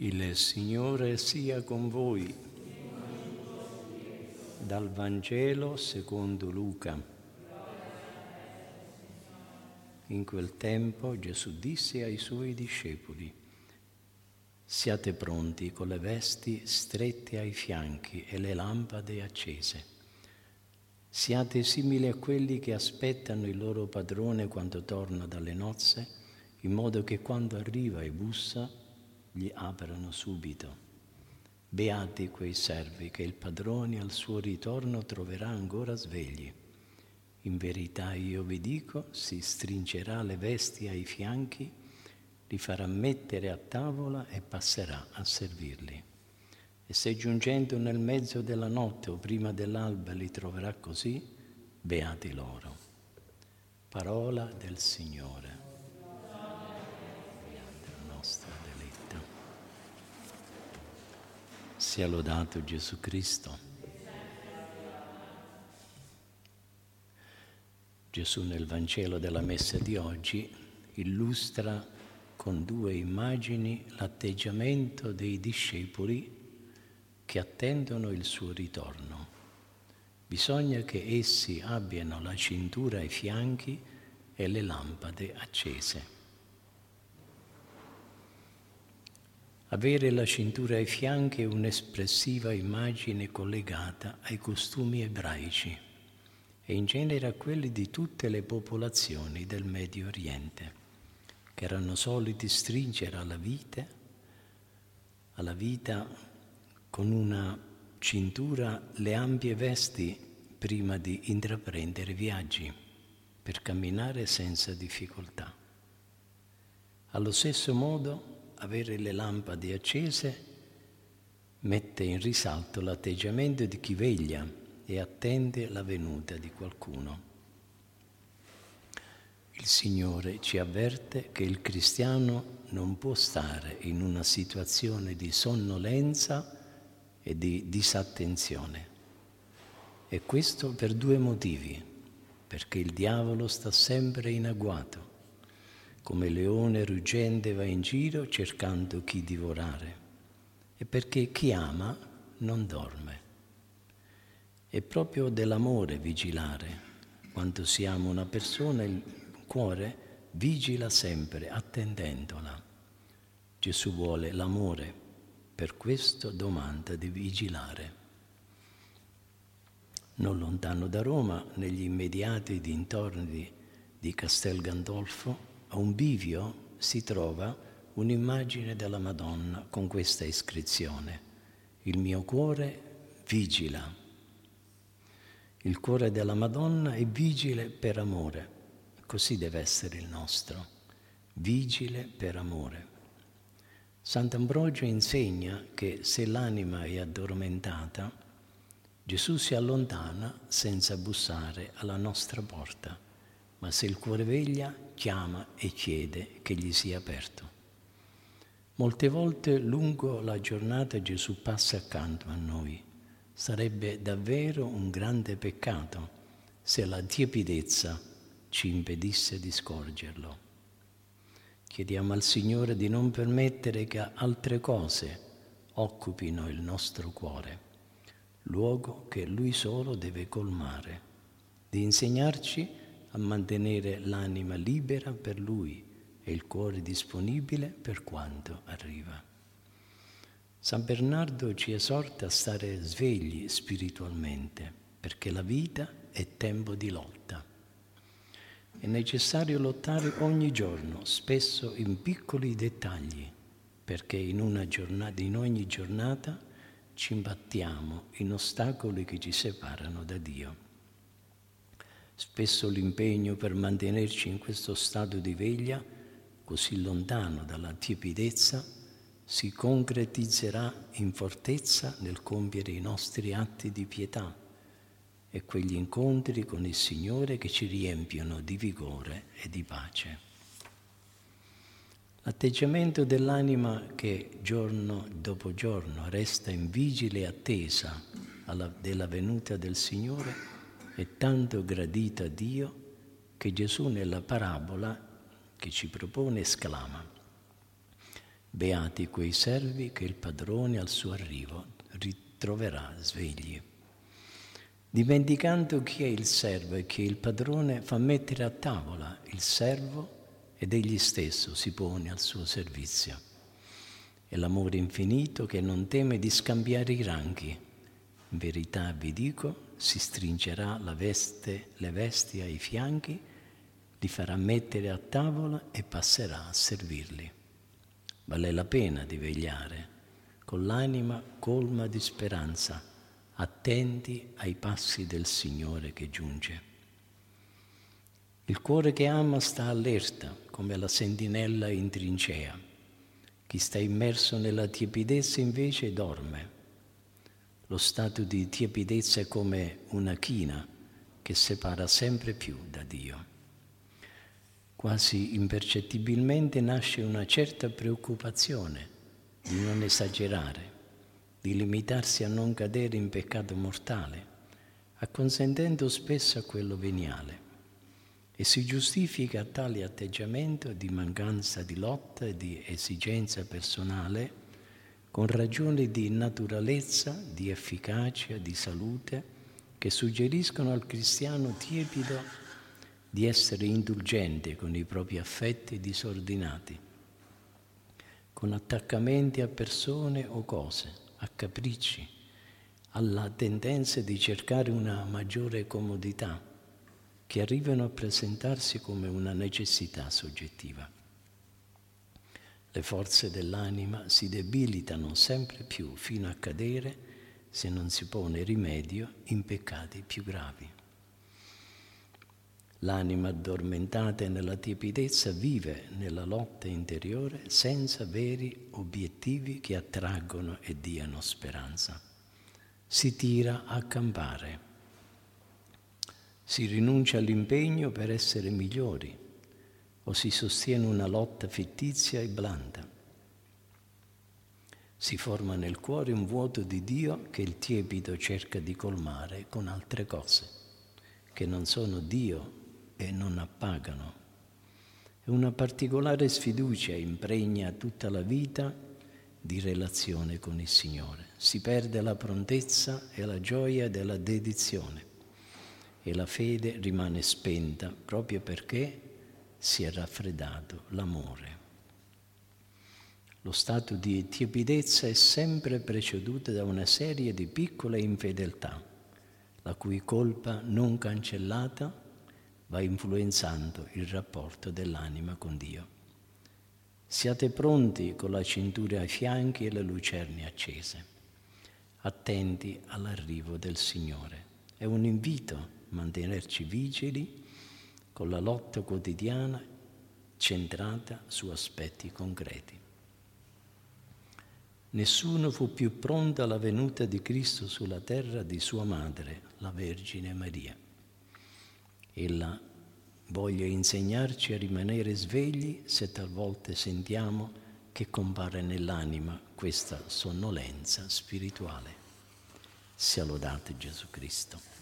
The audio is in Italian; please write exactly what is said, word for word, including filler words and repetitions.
Il Signore sia con voi. Dal Vangelo secondo Luca. In quel tempo Gesù disse ai suoi discepoli: siate pronti con le vesti strette ai fianchi e le lampade accese. Siate simili a quelli che aspettano il loro padrone quando torna dalle nozze, in modo che quando arriva e bussa gli aprano subito. Beati quei servi che il padrone al suo ritorno troverà ancora svegli. In verità io vi dico, si stringerà le vesti ai fianchi, li farà mettere a tavola e passerà a servirli. E se giungendo nel mezzo della notte o prima dell'alba li troverà così, beati loro. Parola del Signore. Della nostra deletta. Sia lodato Gesù Cristo. Gesù nel Vangelo della Messa di oggi illustra con due immagini l'atteggiamento dei discepoli che attendono il suo ritorno. Bisogna che essi abbiano la cintura ai fianchi e le lampade accese. Avere la cintura ai fianchi è un'espressiva immagine collegata ai costumi ebraici e in genere a quelli di tutte le popolazioni del Medio Oriente, che erano soliti stringere alla vita, alla vita con una cintura le ampie vesti prima di intraprendere viaggi per camminare senza difficoltà. Allo stesso modo, avere le lampade accese mette in risalto l'atteggiamento di chi veglia e attende la venuta di qualcuno. Il Signore ci avverte che il cristiano non può stare in una situazione di sonnolenza e di disattenzione. E questo per due motivi: perché il diavolo sta sempre in agguato, come leone ruggente va in giro cercando chi divorare, e perché chi ama non dorme. È proprio dell'amore vigilare. Quando si ama una persona, il cuore vigila sempre attendendola. Gesù vuole l'amore, per questo domanda di vigilare. Non lontano da Roma, negli immediati dintorni di Castel Gandolfo, a un bivio si trova un'immagine della Madonna con questa iscrizione: il mio cuore vigila. Il cuore della Madonna è vigile per amore, così deve essere il nostro, vigile per amore. Sant'Ambrogio insegna che se l'anima è addormentata, Gesù si allontana senza bussare alla nostra porta, ma se il cuore veglia, chiama e chiede che gli sia aperto. Molte volte lungo la giornata Gesù passa accanto a noi. Sarebbe davvero un grande peccato se la tiepidezza ci impedisse di scorgerlo. Chiediamo al Signore di non permettere che altre cose occupino il nostro cuore, luogo che Lui solo deve colmare, di insegnarci a mantenere l'anima libera per Lui e il cuore disponibile per quanto arriva. San Bernardo ci esorta a stare svegli spiritualmente, perché la vita è tempo di lotta. È necessario lottare ogni giorno, spesso in piccoli dettagli, perché in, una giornata, in ogni giornata ci imbattiamo in ostacoli che ci separano da Dio. Spesso l'impegno per mantenerci in questo stato di veglia, così lontano dalla tiepidezza, si concretizzerà in fortezza nel compiere i nostri atti di pietà e quegli incontri con il Signore che ci riempiono di vigore e di pace. L'atteggiamento dell'anima che giorno dopo giorno resta in vigile attesa alla, della venuta del Signore è tanto gradito a Dio che Gesù nella parabola che ci propone esclama: Beati quei servi che il padrone al suo arrivo ritroverà svegli. Dimenticando chi è il servo e chi è il padrone, fa mettere a tavola il servo ed egli stesso si pone al suo servizio. È l'amore infinito che non teme di scambiare i ranghi. In verità vi dico, si stringerà la veste, le vesti ai fianchi, li farà mettere a tavola e passerà a servirli. Vale la pena di vegliare, con l'anima colma di speranza, attenti ai passi del Signore che giunge. Il cuore che ama sta allerta, come la sentinella in trincea. Chi sta immerso nella tiepidezza invece dorme. Lo stato di tiepidezza è come una china che separa sempre più da Dio. Quasi impercettibilmente nasce una certa preoccupazione di non esagerare, di limitarsi a non cadere in peccato mortale, acconsentendo spesso a quello veniale. E si giustifica tale atteggiamento di mancanza di lotta e di esigenza personale con ragioni di naturalezza, di efficacia, di salute, che suggeriscono al cristiano tiepido di essere indulgente con i propri affetti disordinati, con attaccamenti a persone o cose, a capricci, alla tendenza di cercare una maggiore comodità, che arrivano a presentarsi come una necessità soggettiva. Le forze dell'anima si debilitano sempre più fino a cadere, se non si pone rimedio, in peccati più gravi. L'anima addormentata nella tiepidezza vive nella lotta interiore senza veri obiettivi che attraggono e diano speranza. Si tira a campare, si rinuncia all'impegno per essere migliori o si sostiene una lotta fittizia e blanda. Si forma nel cuore un vuoto di Dio che il tiepido cerca di colmare con altre cose, che non sono Dio e non appagano. E una particolare sfiducia impregna tutta la vita di relazione con il Signore. Si perde la prontezza e la gioia della dedizione e la fede rimane spenta proprio perché si è raffreddato l'amore. Lo stato di tiepidezza è sempre preceduto da una serie di piccole infedeltà, la cui colpa non cancellata va influenzando il rapporto dell'anima con Dio. Siate pronti con la cintura ai fianchi e le lucerne accese, attenti all'arrivo del Signore. È un invito a mantenerci vigili con la lotta quotidiana centrata su aspetti concreti. Nessuno fu più pronto alla venuta di Cristo sulla terra di sua madre, la Vergine Maria. Ella voglia insegnarci a rimanere svegli se talvolta sentiamo che compare nell'anima questa sonnolenza spirituale. Sia lodato Gesù Cristo.